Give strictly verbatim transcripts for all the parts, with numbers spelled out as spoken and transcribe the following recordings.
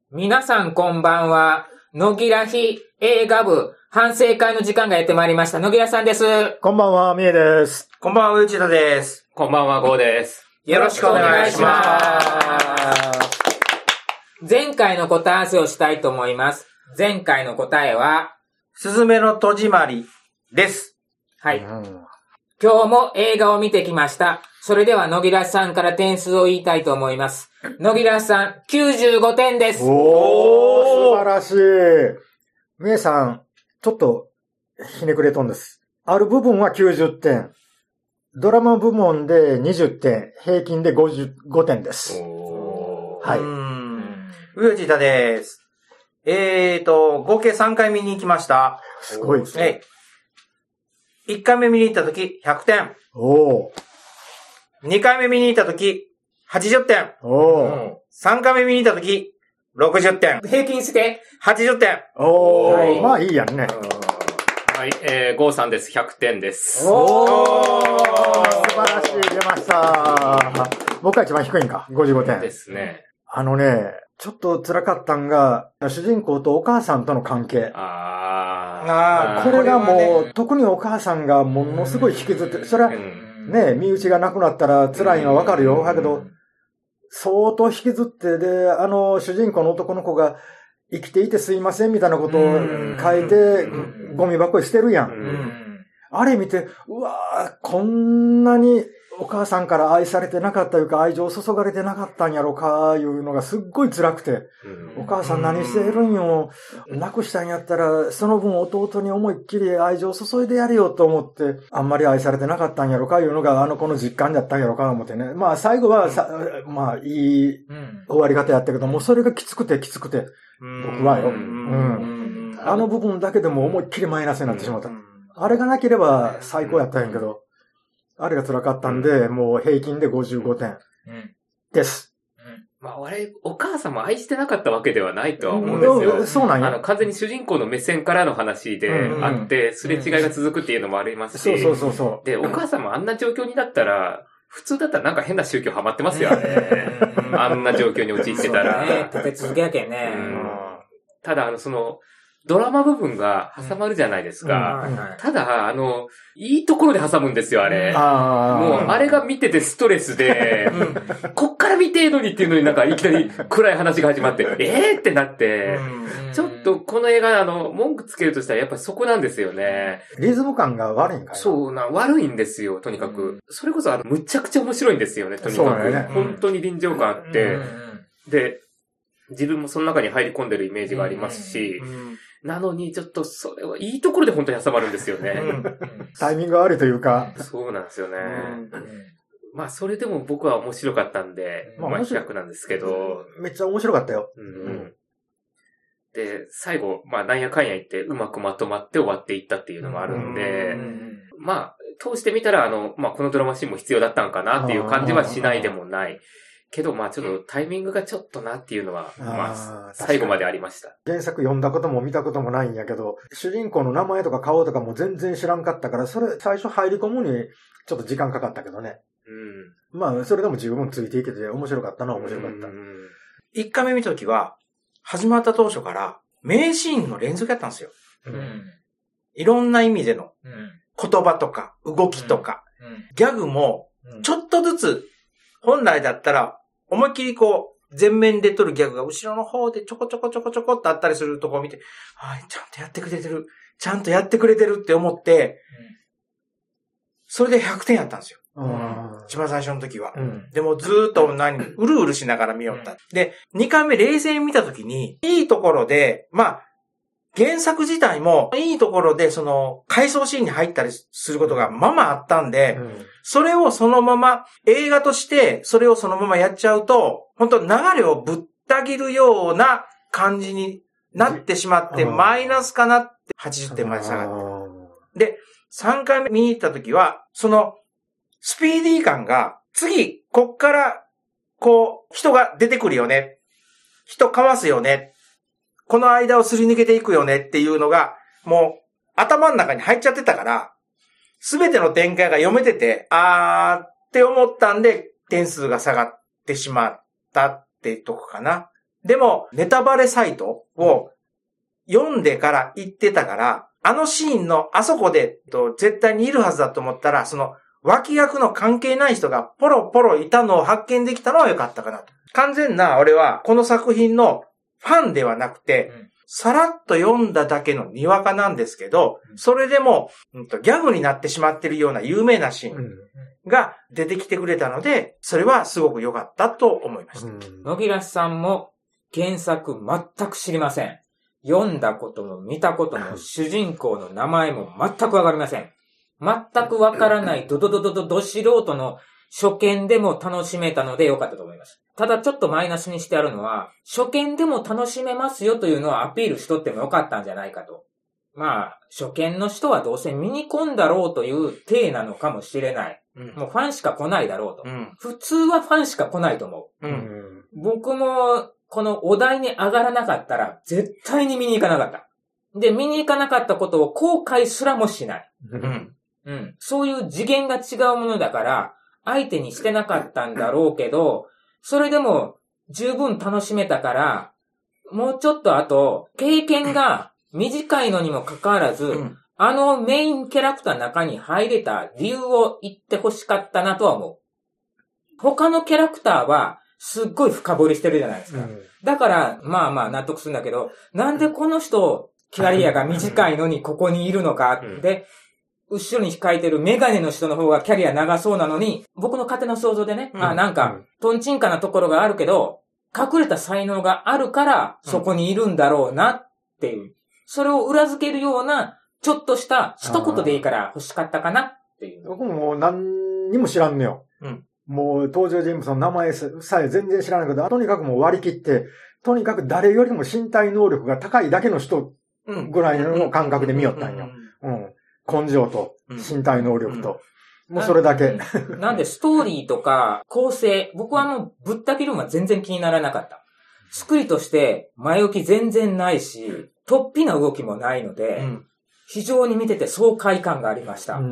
皆さんこんばんは。野木らひ映画部反省会の時間がやってまいりました。野木らさんです。 こんばんは、みえです。 こんばんは、内田です。 こんばんは、ゴーです。 よろしくお願いします。前回の答え合わせをしたいと思います。前回の答えは、 すずめの戸締まりです。 はい。うん、今日も映画を見てきました。それでは野木らさんから点数を言いたいと思います。野木らさんきゅうじゅうごてんです。 おー、素晴らしい。みえさん、ちょっとひねくれとんです。ある部分はきゅうじゅってん。ドラマ部門でにじゅってん。平均でごじゅうごてんです。おー、はい。うーん。内田です。えーと、合計さんかい見に行きました。 すごいですね。 いっかいめ見に行ったときひゃくてん。 おー。 にかいめ見に行ったときはちじゅってん。 おー。 さんかいめ見に行ったときろくじゅってん。 平均してはちじゅってん。 おー。はい、まあいいやんね。 はい、えー、ゴーさんです。ひゃくてんです。 おー。素晴らしい。出ました。僕は一番低いんか。ごじゅうごてん。 ですね。 あのね、ちょっと辛かったんが、主人公とお母さんとの関係。 ああ。これがもう、ね、特にお母さんがものすごい引きずって、それは、ね、身内が亡くなったら辛いのはわかるよ。だけど、相当引きずって、で、あの、主人公の男の子が、生きていてすいませんみたいなことを書いて、ゴミ箱に捨てるやん。あれ見て、うわぁ、こんなにお母さんから愛されてなかったいうか、愛情注がれてなかったんやろか、いうのがすっごい辛くて、お母さん何してるんよ。亡くしたんやったら、その分弟に思いっきり愛情注いでやるよと思って、あんまり愛されてなかったんやろか、いうのがあの子の実感だったんやろか、思ってね。まあ最後はさ、まあいい終わり方やったけど、もうそれがきつくてきつくて、僕はよ。うん。あの部分だけでも思いっきりマイナスになってしまった。あれがなければ最高やったんやけど、あれが辛かったんで、もう平均でごじゅうごてんです。 まあ、あれ、お母さんも愛してなかったわけではないとは思うんですよ。 そうなんや。 あの、完全に主人公の目線からの話であって、すれ違いが続くっていうのもありますし。 そうそうそうそう。 で、お母さんもあんな状況になったら、普通だったらなんか変な宗教ハマってますよね。あんな状況に陥ってたら。 ね、立て続けやけんね。 ただ、あの、その、ドラマ部分が挟まるじゃないですか。うんうん、ただ、あの、いいところで挟むんですよ、あれ。あもう、あれが見ててストレスで、こっから見てえのにっていうのになんかいきなり暗い話が始まって、えーってなって、ちょっとこの映画、あの、文句つけるとしたらやっぱりそこなんですよね。 リズム感が悪いんかな。 そうな、悪いんですよ、とにかく。それこそ、あの、むちゃくちゃ面白いんですよね、とにかく。ね、本当に臨場感あって、で、自分もその中に入り込んでるイメージがありますし、なのに、ちょっと、それはいいところで本当に挟まるんですよね。 タイミングが悪いというか。 そうなんですよね。まあ、それでも僕は面白かったんで、まあ、ひゃくなんですけど。 めっちゃ面白かったよ。 うん、で、最後、まあ、なんやかんや言って、うまくまとまって終わっていったっていうのもあるんで、まあ、通してみたら、あの、まあ、このドラマシーンも必要だったんかなっていう感じはしないでもない。けど、まあちょっとタイミングがちょっとなっていうのは、まあ、最後までありました。 原作読んだことも見たこともないんやけど、主人公の名前とか顔とかも全然知らんかったから、それ最初入り込むにちょっと時間かかったけどね。うん。まあ、それでも十分ついていけて面白かったのは面白かった。 いっかいめ見たときは、始まった当初から名シーンの連続やったんですよ。うん。いろんな意味での言葉とか動きとか、うんうん、ギャグもちょっとずつ本来だったら思いっきりこう、前面に出とるギャグが後ろの方でちょこちょこちょこちょこっとあったりするところを見て、はい、ちゃんとやってくれてる。ちゃんとやってくれてるって思って、うん、それでひゃくてんやったんですよ。うん、一番最初の時は。うん、でもずーっと何、うるうるしながら見よった。うん、で、にかいめ冷静に見た時に、いいところで、まあ、原作自体もいいところでその回想シーンに入ったりすることがままあったんで、うん、それをそのまま映画としてそれをそのままやっちゃうと、本当流れをぶった切るような感じになってしまってマイナスかなってはちじゅってんまで下がって。で、さんかいめ見に行った時は、そのスピーディー感が次、こっからこう人が出てくるよね。人かわすよね。この間をすり抜けていくよねっていうのが、もう頭の中に入っちゃってたから、すべての展開が読めてて、あーって思ったんで、点数が下がってしまったってとこかな。 でも、ネタバレサイトを読んでから言ってたから、あのシーンのあそこでと絶対にいるはずだと思ったら、その脇役の関係ない人がポロポロいたのを発見できたのは良かったかなと。完全な俺はこの作品のファンではなくて、うん、さらっと読んだだけのにわかなんですけど、それでも、うん、とギャグになってしまってるような有名なシーンが出てきてくれたので、それはすごく良かったと思いました。うん、 野木らさんも原作全く知りません。読んだことも見たことも主人公の名前も全くわかりません。全くわからないドドドドドド素人の初見でも楽しめたので良かったと思います。ただちょっとマイナスにしてあるのは、初見でも楽しめますよというのをアピールしとっても良かったんじゃないかと。まあ、初見の人はどうせ見に来んだろうという体なのかもしれない。うん、もうファンしか来ないだろうと、うん。普通はファンしか来ないと思う。うん、僕もこのお題に上がらなかったら絶対に見に行かなかった。で、見に行かなかったことを後悔すらもしない。うんうん、そういう次元が違うものだから、相手にしてなかったんだろうけど、それでも十分楽しめたから、もうちょっとあと、経験が短いのにもかかわらず、うん、あのメインキャラクターの中に入れた理由を言って欲しかったなとは思う。他のキャラクターはすっごい深掘りしてるじゃないですか。うん、だから、まあまあ納得するんだけど、なんでこの人、キャリアが短いのにここにいるのかって、後ろに控えてるメガネの人の方がキャリア長そうなのに、僕の勝手な想像でね、うん、あ、なんか、トンチンカなところがあるけど、隠れた才能があるから、そこにいるんだろうなっていう。それを裏付けるような、ちょっとした一言でいいから欲しかったかなっていう。 僕ももう何にも知らんのよ。うん、もう登場人物の名前さえ全然知らないけど、とにかくもう割り切って、とにかく誰よりも身体能力が高いだけの人ぐらいの感覚で見よったんよ。うん。根性と身体能力と。うん、もうそれだけ。 なんでストーリーとか構成、僕はもうぶった切るのは全然気にならなかった。作りとして前置き全然ないし、突飛な動きもないので、うん、非常に見てて爽快感がありました。うんうん、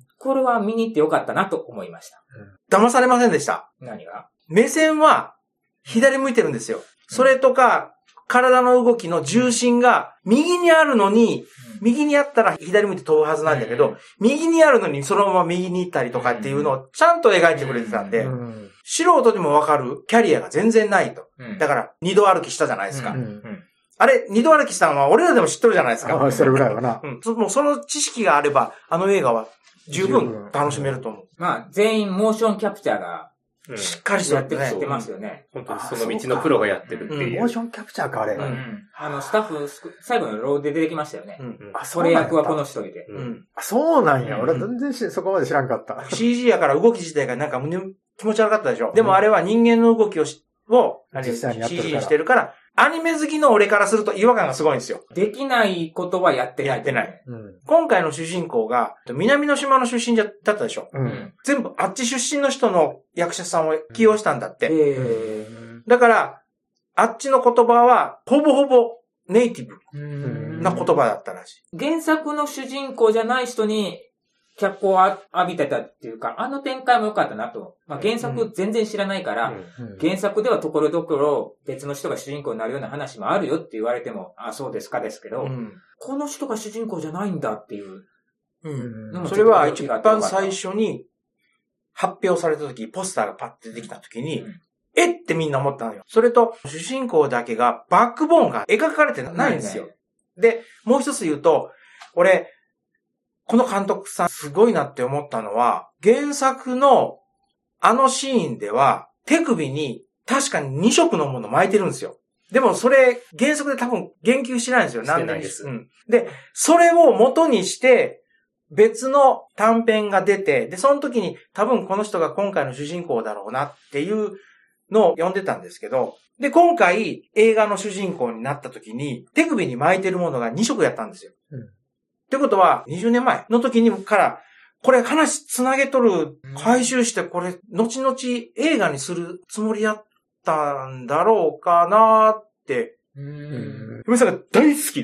これは見に行ってよかったなと思いました。 うん、騙されませんでした。 何が？ 目線は左向いてるんですよ。それとか、体の動きの重心が右にあるのに、右にあったら左向いて飛ぶはずなんだけど、右にあるのにそのまま右に行ったりとかっていうのをちゃんと描いてくれてたんで、素人でもわかるキャリアが全然ないと。だから二度歩きしたじゃないですか。あれ、二度歩きしたのは俺らでも知ってるじゃないですか。 ああ、それぐらいはな。 うん。もうその知識があれば、あの映画は十分楽しめると思う。 まあ、全員モーションキャプチャーが、 うん、しっかりやって知ってますよね。 本当にその道のプロがやってるっていう。 うん、モーションキャプチャーか、あれ。うん。 あの、スタッフ、最後のローで出てきましたよね。うん。あ、それ役はこの人で。 うん。あ、そうなんや。俺全然しそこまで知らんかった。 シージー やから動き自体がなんか胸気持ち悪かったでしょ。でもあれは人間の動きをし、を、実際にやってるから。シージー にしてるから、アニメ好きの俺からすると違和感がすごいんですよ。 できないことはやってない。 やってない。うん、今回の主人公が、南の島の出身だったでしょ。うん、全部あっち出身の人の役者さんを起用したんだって。うん、だから、あっちの言葉は、ほぼほぼネイティブな言葉だったらしい。 原作の主人公じゃない人に、脚光を浴びてたっていうか、あの展開も良かったなと。まあ、原作全然知らないから、うんうん、原作ではところどころ別の人が主人公になるような話もあるよって言われても、あ、そうですかですけど、うん、この人が主人公じゃないんだっていう。 うん、それは一番最初に発表された時、ポスターがパッて出てきた時に、うん、えってみんな思ったのよ。それと、主人公だけがバックボーンが描かれてないんですよ。ね、で、もう一つ言うと、俺、この監督さんすごいなって思ったのは、原作のあのシーンでは手首に確かにに色のもの巻いてるんですよ。でもそれ原作で多分言及しないんですよ。 してないです。 うん。で、それを元にして別の短編が出て、で、その時に多分この人が今回の主人公だろうなっていうのを読んでたんですけど、で、今回映画の主人公になった時に手首に巻いてるものがに色やったんですよ。うんってことは、にじゅうねんまえの時にから、これ話つなげとる、回収してこれ、後々映画にするつもりやったんだろうかなって、嫁さんが大好きで、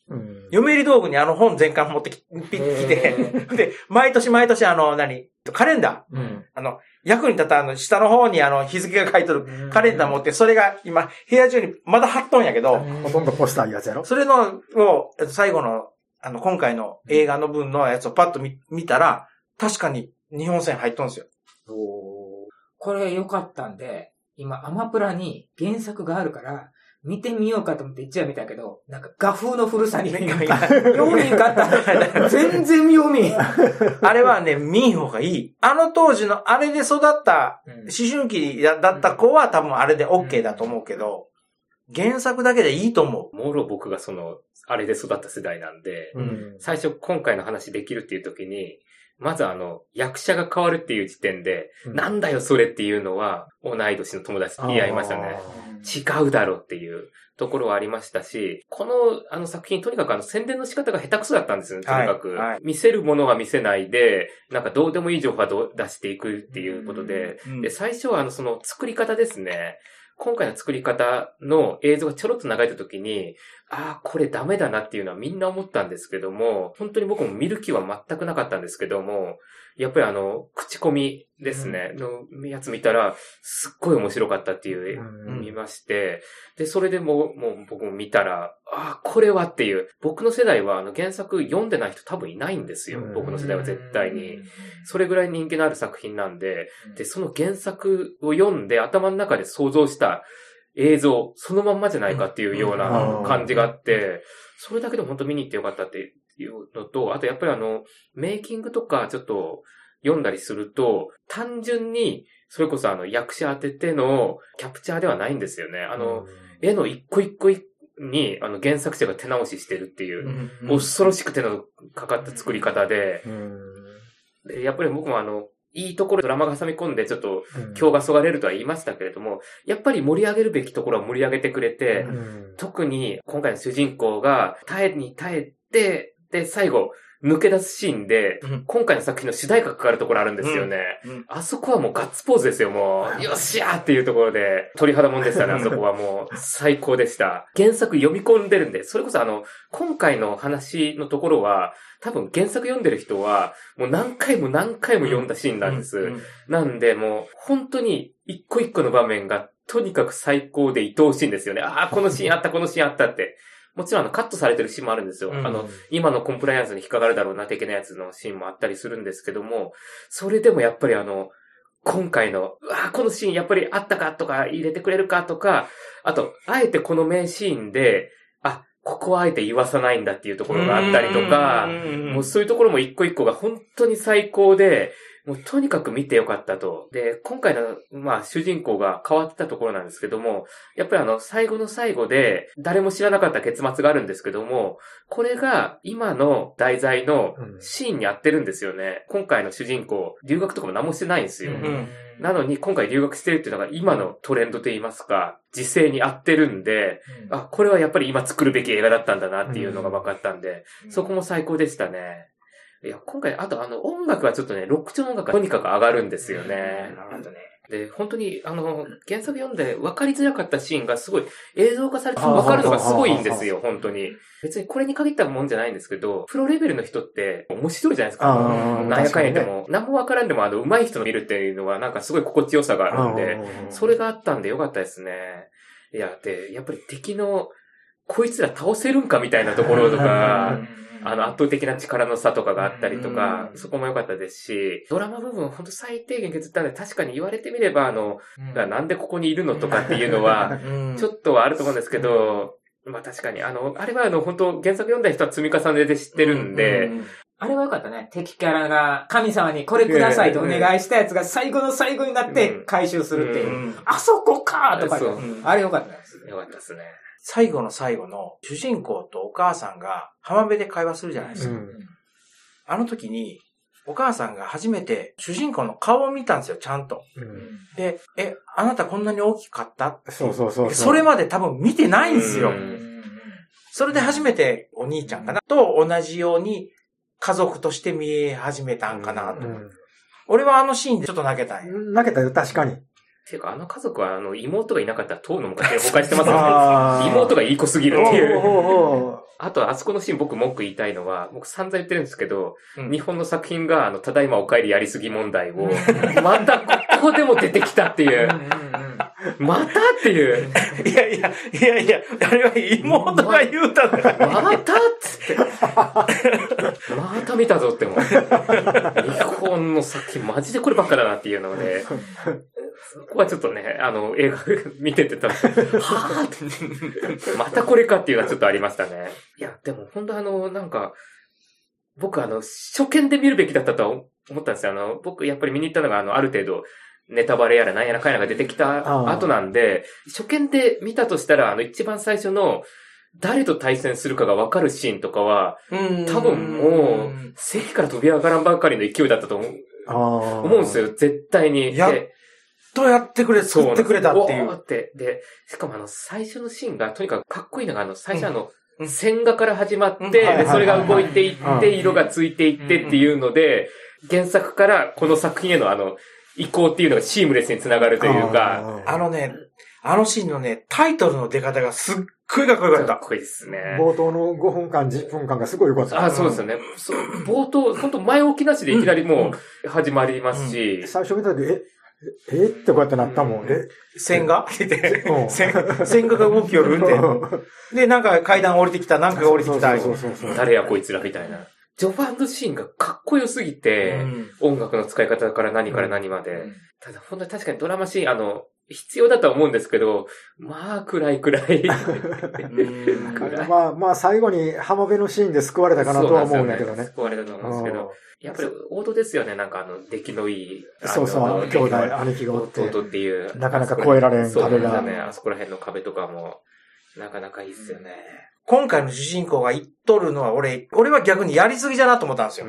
うん、読売道具にあの本全巻持ってきて、で、毎年毎年あの、何、カレンダー、うん、あの、役に立ったあの、下の方にあの、日付が書いてるカレンダー持って、それが今、部屋中にまだ貼っとんやけど、 ほとんどポスターやつやろ？ それの、を、最後の、あの、今回の映画の分のやつをパッと 見, 見たら、確かに日本線入っとんですよ。 おこれ良かったんで、今、アマプラに原作があるから、見てみようかと思って一話見たけど、なんか画風の古さに、読みんかった。全然読みん。 あれはね、見ん方がいい。あの当時のあれで育った思春期だった子は多分あれで OK だと思うけど、原作だけでいいと思う。 もろ僕がその、あれで育った世代なんで、うん、最初今回の話できるっていう時に、まずあの、役者が変わるっていう時点で、うん、なんだよそれっていうのは、同い年の友達と言い合いましたね。違うだろうっていうところはありましたし、このあの作品とにかくあの宣伝の仕方が下手くそだったんですよね、とにかく。はいはい、見せるものは見せないで、なんかどうでもいい情報は出していくっていうことで、うん、で、最初はあのその作り方ですね。今回の作り方の映像がちょろっと流れた時に、ああ、これダメだなっていうのはみんな思ったんですけども、本当に僕も見る気は全くなかったんですけども、やっぱりあの、口コミですね、うん、のやつ見たら、すっごい面白かったっていう、うん、見まして、で、それでもう、もう僕も見たら、ああ、これはっていう、僕の世代はあの原作読んでない人多分いないんですよ。僕の世代は絶対に。それぐらい人気のある作品なんで、で、その原作を読んで頭の中で想像した映像、そのまんまじゃないかっていうような感じがあって、それだけで本当見に行ってよかったっていうのと、あとやっぱりあの、メイキングとかちょっと読んだりすると、単純に、それこそあの、役者当ててのキャプチャーではないんですよね。あの、絵の一個一個に、あの、原作者が手直ししてるっていう、恐ろしく手のかかった作り方で、でやっぱり僕もあの、いいところドラマが挟み込んでちょっと今日がそがれるとは言いましたけれども、やっぱり盛り上げるべきところは盛り上げてくれて、うん、特に今回の主人公が耐えに耐えて、で、最後抜け出すシーンで、うん、今回の作品の主題歌がかかるところあるんですよね。うんうん、あそこはもうガッツポーズですよ、もう。よっしゃーっていうところで、鳥肌もんでしたね、あそこはもう最高でした。原作読み込んでるんで、それこそあの、今回の話のところは、多分原作読んでる人は、もう何回も何回も読んだシーンなんです。うんうんうん、なんで、もう、本当に一個一個の場面が、とにかく最高で愛おしいんですよね。ああ、このシーンあった、このシーンあったって。もちろん、あの、カットされてるシーンもあるんですよ。うん、あの、今のコンプライアンスに引っかかるだろうな、的なやつのシーンもあったりするんですけども、それでもやっぱりあの、今回の、うわあ、このシーンやっぱりあったかとか、入れてくれるかとか、あと、あえてこの名シーンで、あ、ここはあえて言わさないんだっていうところがあったりとか、もうそういうところも一個一個が本当に最高で、もうとにかく見てよかったと。で、今回の、まあ、主人公が変わってたところなんですけども、やっぱりあの、最後の最後で、誰も知らなかった結末があるんですけども、これが今の題材のシーンに合ってるんですよね。今回の主人公、留学とかも何もしてないんですよ。うん、なのに、今回留学してるっていうのが今のトレンドといいますか、時勢に合ってるんで、うん、あ、これはやっぱり今作るべき映画だったんだなっていうのが分かったんで、うん、そこも最高でしたね。いや、今回、あとあの、音楽はちょっとね、ロック調の音楽がとにかく上がるんですよね。なるほどね。で、本当に、あの、原作読んで分かりづらかったシーンがすごい映像化されて分かるのがすごいんですよ、本当に。別にこれに限ったもんじゃないんですけど、プロレベルの人って面白いじゃないですか。なんやかんやでも、何も分からんでも、あの、上手い人の見るっていうのはなんかすごい心地よさがあるんで、それがあったんでよかったですね。いや、で、やっぱり敵の、こいつら倒せるんかみたいなところとか、あの圧倒的な力の差とかがあったりとか、そこも良かったですし、ドラマ部分ほんと最低限削ったんで、確かに言われてみれば、あの、うん、なんでここにいるのとかっていうのは、ちょっとはあると思うんですけど、まあ確かに、あの、あれはあの、本当原作読んだ人は積み重ねで知ってるんで、うんうん、 あれは良かったね。敵キャラが神様にこれくださいとお願いしたやつが最後の最後になって回収するっていう。うんうん、あそこかーとか、うん、あれ良かったです。 良かったですね。 最後の最後の主人公とお母さんが浜辺で会話するじゃないですか。うん、あの時にお母さんが初めて主人公の顔を見たんですよ、ちゃんと。うん、で、え、あなたこんなに大きかった？ そうそうそうそう。 それまで多分見てないんですよ。うん、それで初めてお兄ちゃんかなと同じように家族として見え始めたんかなと。うん、俺はあのシーンでちょっと泣けたんよ。 泣けたよ、確かに。 っていうか、あの家族は、あの、妹がいなかったら、当の昔で崩壊してますよね。妹がいい子すぎるっていう。 あと、あそこのシーン僕文句言いたいのは、僕散々言ってるんですけど、うん、日本の作品が、あの、ただいまお帰りやりすぎ問題を、またここでも出てきたっていう。またっていう。 いやいや、いやいや、あれは妹が言うたんだから。 またっつって。また見たぞっても。日本の作品マジでこればっかだなっていうので、そこはちょっとね、あの、映画見ててたら、はぁって、またこれかっていうのはちょっとありましたね。いや、でも本当あの、なんか、僕あの、初見で見るべきだったとは思ったんですよ。あの、僕やっぱり見に行ったのが、あの、ある程度、ネタバレやらなんやらかんやらが出てきた後なんで、初見で見たとしたら、あの、一番最初の、誰と対戦するかが分かるシーンとかは、多分もう、席から飛び上がらんばかりの勢いだったと思う、思うんですよ、絶対に。 やっとやってくれ、作ってくれたっていう。 って。で、しかもあの、最初のシーンがとにかくかっこいいのが、あの、最初あの、うん、線画から始まって、で、それが動いていって、色がついていってっていうので、原作からこの作品へのあの、移行っていうのがシームレスにつながるというか。 あのね、あのシーンのね、タイトルの出方がすっごいかっこよかった。 かっこいいですね。 冒頭のごふんかん、じゅっぷんかんがすごい良かった。 あ、そうですよね。そう、冒頭、本当前置きなしでいきなりもう始まりますし。 うんうん、最初見た時、え、えってこうやってなったもん。え線画って言って、線画が動きよるんで。で、なんか階段降りてきた、なんか降りてきた。 そうそうそうそう。 誰やこいつらみたいな。序盤のシーンがかっこよすぎて、うん、音楽の使い方から何から何まで。うん、ただ、本当に確かにドラマシーン、あの、必要だとは思うんですけど、まあ、暗い暗い。 暗いまあ、まあ、最後に浜辺のシーンで救われたかなとは思うんだけどね。 ね救われたと思うんですけど、やっぱり王道ですよね、なんかあの、出来のいい。 そうそう、兄弟、兄貴がおって。 弟っていう。 なかなか越えられん壁が。 そうね、あそこら辺の壁とかも、なかなかいいっすよね。 今回の主人公が言っとるのは俺、俺は逆にやりすぎじゃなと思ったんですよ。うん、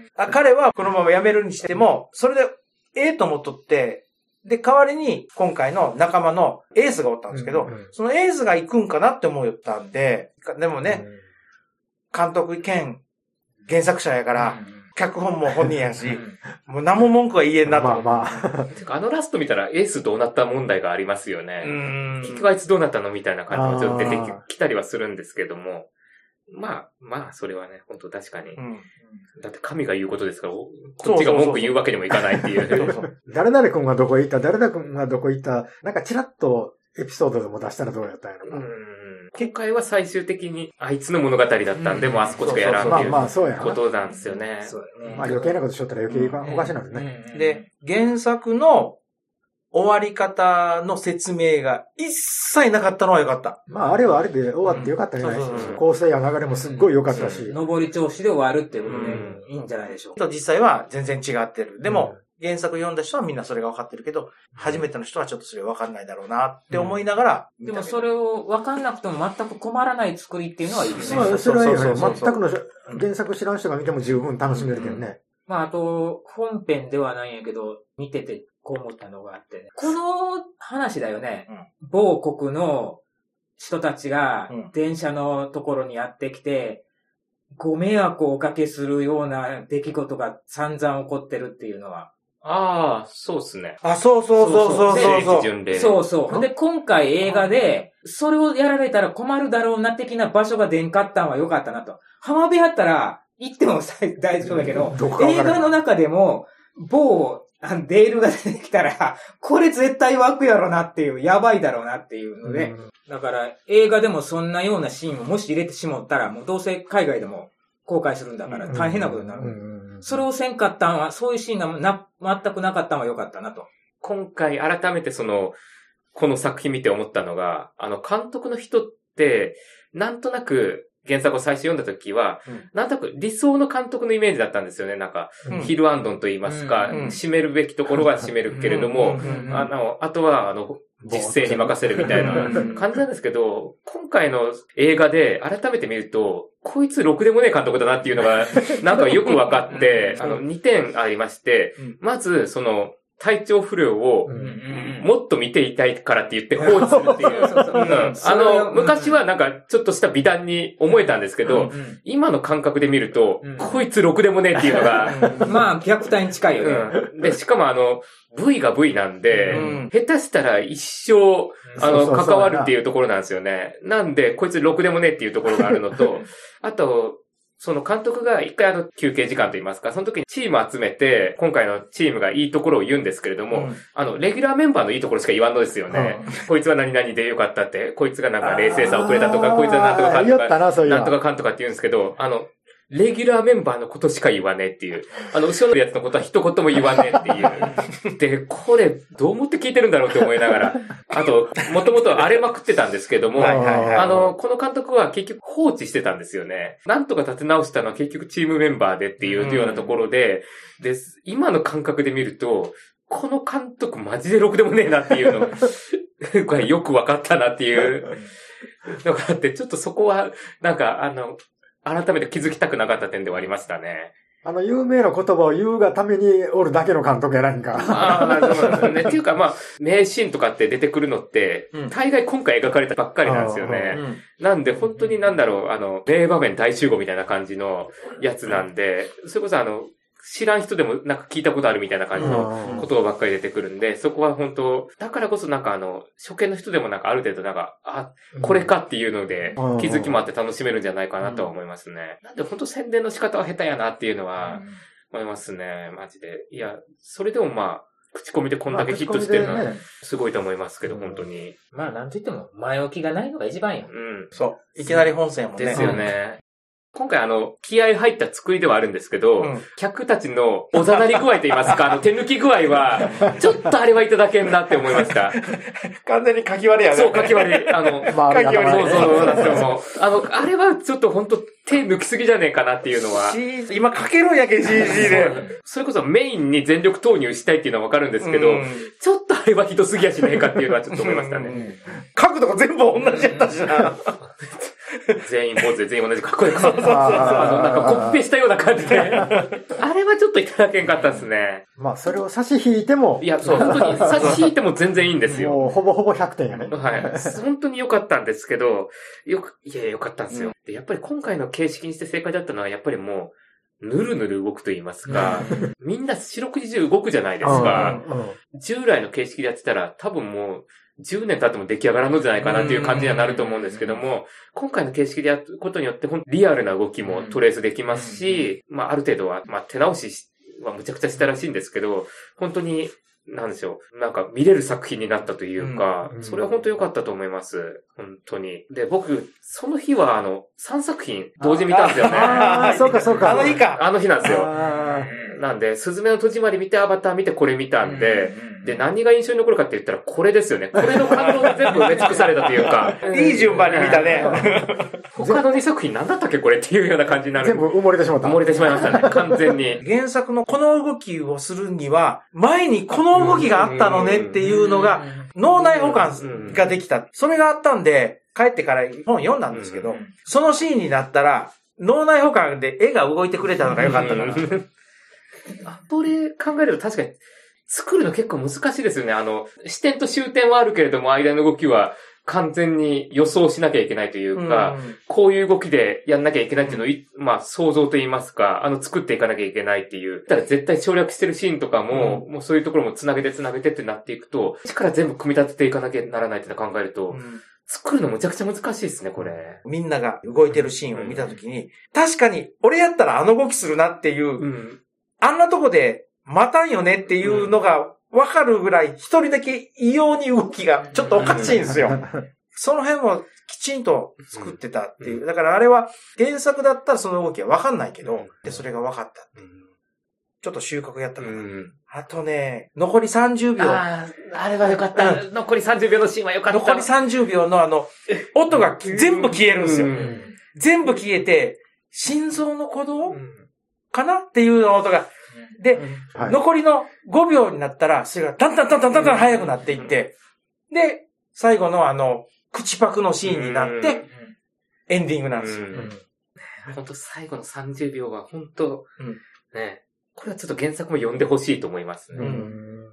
あ彼はこのまま辞めるにしても、それでええと思っとって、で、代わりに今回の仲間のエースがおったんですけど、うんうん、そのエースが行くんかなって思ったんで、でもね、うん、監督兼原作者やから、うん脚本も本人やし、もう何も文句は言えんなと。まあまあ。てかあのラスト見たらエースどうなった問題がありますよね。結局あいつどうなったのみたいな感じがちょっと出てきたりはするんですけども。まあ、まあ、それはね、本当確かに。うん、だって神が言うことですから、こっちが文句言うわけにもいかないっていう。そうそう誰々君がどこ行った誰々君がどこ行ったなんかチラッとエピソードでも出したらどうやったんやろか。 今回は最終的にあいつの物語だったんで、うん、もうあそこしかやらんっていうことなんですよね。 まあ余計なことしとったら余計おかしいなんですね。 で、原作の終わり方の説明が一切なかったのは良かった。 まああれはあれで終わって良かったんじゃないですか。構成や流れもすっごい良かったし。 上り調子で終わるっていうことでいいんじゃないでしょうか。 実際は全然違ってる。でも、うん原作読んだ人はみんなそれが分かってるけど、初めての人はちょっとそれ分かんないだろうなって思いながら、 うん、でもそれを分かんなくても全く困らない作りっていうのはいいですね。 そう、それはいいよね。全くの原作知らん人が見ても十分楽しめるけどね。うん、 まああと、本編ではないんやけど、見ててこう思ったのがあってね。この話だよね。うん、某国の人たちが電車のところにやってきて、ご迷惑をおかけするような出来事が散々起こってるっていうのは。 ああ、そうっすね。 あ、そうそうそうそうそうそう。 そうそう。で、今回映画で、それをやられたら困るだろうな的な場所が出んかったんは良かったなと。浜辺やったら、行っても大丈夫だけど、映画の中でも、某、デールが出てきたら、これ絶対湧くやろなっていう、やばいだろうなっていうので、だから映画でもそんなようなシーンをもし入れてしまったら、もうどうせ海外でも公開するんだから大変なことになる。それをせんかったんは、そういうシーンがな、全くなかったんは良かったなと。 今回改めてその、この作品見て思ったのが、あの監督の人って、なんとなく原作を最初読んだ時は、うん、なんとなく理想の監督のイメージだったんですよね。なんか、うん、ヒルアンドンと言いますか、うん、締めるべきところは締めるけれども、あの、あとは、あの、実践に任せるみたいな感じなんですけど、今回の映画で改めて見ると、こいつろくでもねえ監督だなっていうのが、なんかよく分かって、あの、にてんありまして、まず、その、 体調不良をもっと見ていたいからって言って放置するっていう。あの、昔はなんかちょっとした美談に思えたんですけど、今の感覚で見ると、こいつろくでもねえっていうのが。 まあ、虐待に近いよね。 で、しかもあの、V が V なんで、下手したら一生、あの、関わるっていうところなんですよね。なんで、こいつろくでもねえっていうところがあるのと、あと、その監督が一回あの休憩時間と言いますか、その時にチーム集めて、今回のチームがいいところを言うんですけれども、うん、あの、レギュラーメンバーのいいところしか言わんのですよね。うん、こいつは何々でよかったって、こいつがなんか冷静さ遅れたとか、こいつはなんとかかんとか、なんとかかんとかって言うんですけど、あの、レギュラーメンバーのことしか言わねえっていう。あの、後ろのやつのことは一言も言わねえっていう。で、これ、どう思って聞いてるんだろうって思いながら。あと、もともと荒れまくってたんですけども、はいはいはい、あの、この監督は結局放置してたんですよね。なんとか立て直したのは結局チームメンバーでっていうようなところで、で、今の感覚で見ると、この監督マジでろくでもねえなっていうのがよく分かったなっていうのがあって、ちょっとそこは、なんか、あの、改めて気づきたくなかった点ではありましたね。 あの、有名な言葉を言うがためにおるだけの監督やないんか。 ああ、そうなんですね。っていうか、まあ、名シーンとかって出てくるのって、うん、大概今回描かれたばっかりなんですよね。うん、なんで、本当になんだろう、あの、名場面大集合みたいな感じのやつなんで、それこそあの、知らん人でもなんか聞いたことあるみたいな感じの言葉ばっかり出てくるんで、そこは本当、だからこそなんかあの、初見の人でもなんかある程度なんか、あ、これかっていうので気づきもあって楽しめるんじゃないかなとは思いますね。なんで本当宣伝の仕方は下手やなっていうのは思いますね、マジで。いや、それでもまあ、口コミでこんだけヒットしてるのはすごいと思いますけど、本当に。 まあなんといっても前置きがないのが一番や。 うん。そう。いきなり本線もね。 ですよね。今回あの、気合入った作りではあるんですけど、うん、客たちのおざなり具合と言いますか、あの、手抜き具合は、ちょっとあれはいただけんなって思いました。 完全にかき割りやね。 そう、かき割り。あの、 まあ、 かき割り。そうそうなんですよ。あの、あれはちょっと本当手抜きすぎじゃねえかなっていうのは。 今かけるんやけ、シージー で。 それこそメインに全力投入したいっていうのはわかるんですけど、うん、ちょっとあれはひどすぎやしねえかっていうのはちょっと思いましたね。うん、 角度が全部同じやったしな。 全員坊主で全員同じ格好で。そうそうそう。あの、なんかコッペしたような感じで。あれはちょっといただけんかったですね。 まあ、それを差し引いても。 いや、そう、本当に差し引いても全然いいんですよ。 もう、ほぼほぼひゃくてんやね。 はい。本当に良かったんですけど、よく、いや、良かったんですよ。で、やっぱり今回の形式にして正解だったのは、やっぱりもう、ぬるぬる動くと言いますか、みんな四六時中動くじゃないですか。従来の形式でやってたら、多分もう、じゅうねん経っても出来上がらんのじゃないかなっていう感じにはなると思うんですけども、今回の形式でやることによって、リアルな動きもトレースできますし、まあ、ある程度は、まあ、手直しはむちゃくちゃしたらしいんですけど、本当に、なんでしょう。なんか見れる作品になったというか、うん、それは本当良かったと思います。本当に。で、僕、その日はあの、さんさく品同時見たんですよね。 ああ、そうかそうか。 あの日か。 あの日なんですよ。なんで、すずめの戸締まり見て、アバター見て、これ見たんで、うん、で、何が印象に残るかって言ったら、これですよね。これの感動が全部埋め尽くされたというか。 いい順番に見たね。 他のにさく品何だったっけこれっていうような感じになる。 全部埋もれてしまった。 埋もれてしまいましたね。完全に。 原作のこの動きをするには、前にこの動きがあったのねっていうのが、脳内保管ができた。それがあったんで、帰ってから本読んだんですけど、そのシーンになったら、脳内保管で絵が動いてくれたのが良かったから。 これ考えると確かに作るの結構難しいですよね。あの、視点と終点はあるけれども、間の動きは完全に予想しなきゃいけないというか、うん、こういう動きでやんなきゃいけないっていうのを、うん、まあ想像と言いますか、あの作っていかなきゃいけないっていう。だから絶対省略してるシーンとかも、うん、もうそういうところもつなげてつなげてってなっていくと、力全部組み立てていかなきゃならないっていうのを考えると、うん、作るのむちゃくちゃ難しいですね、これ。 みんなが動いてるシーンを見たときに、うん、確かに俺やったらあの動きするなっていう、うんあんなとこで待たんよねっていうのがわかるぐらい一人だけ異様に動きがちょっとおかしいんですよ。その辺もきちんと作ってたっていう。だからあれは原作だったらその動きはわかんないけど、で、それがわかったっていう。ちょっと収穫やったかな。あとね、残りさんじゅうびょう。 ああ、あれはよかった、うん。残りさんじゅうびょうのシーンはよかった。 残りさんじゅうびょうのあの、音が全部消えるんですよ。全部消えて、心臓の鼓動、うんかなっていう音が。で、はい、残りのごびょうになったら、それがだんだんだんだんだんだん速くなっていって、で、最後のあの、口パクのシーンになって、エンディングなんですよ。 本当最後のさんじゅうびょうは本当、うん、ね、これはちょっと原作も読んでほしいと思いますね。うん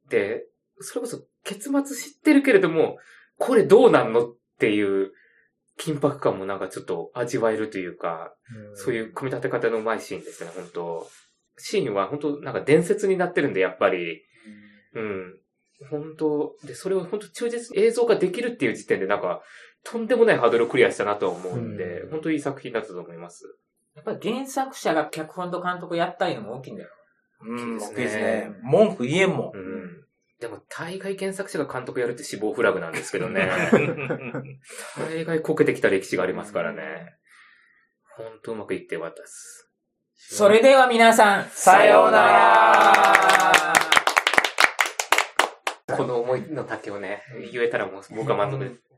で、それこそ結末知ってるけれども、これどうなんのっていう緊迫感もなんかちょっと味わえるというか、うん、そういう組み立て方のうまいシーンですね、本当シーンは本当なんか伝説になってるんで、やっぱり。うん。うん本当で、それを本当忠実に映像ができるっていう時点でなんか、とんでもないハードルをクリアしたなと思うんで、うん、本当いい作品だったと思います。 やっぱり原作者が脚本と監督やったいうのも大きいんだよ。 うん、大きいですね。文句言えんもん。 うん。でも、大概原作者が監督やるって死亡フラグなんですけどね。大概こけてきた歴史がありますからね。本当うまくいってよかったです。 それでは皆さん、さようなら。 この思いの丈をね、言えたらもう僕は満足です。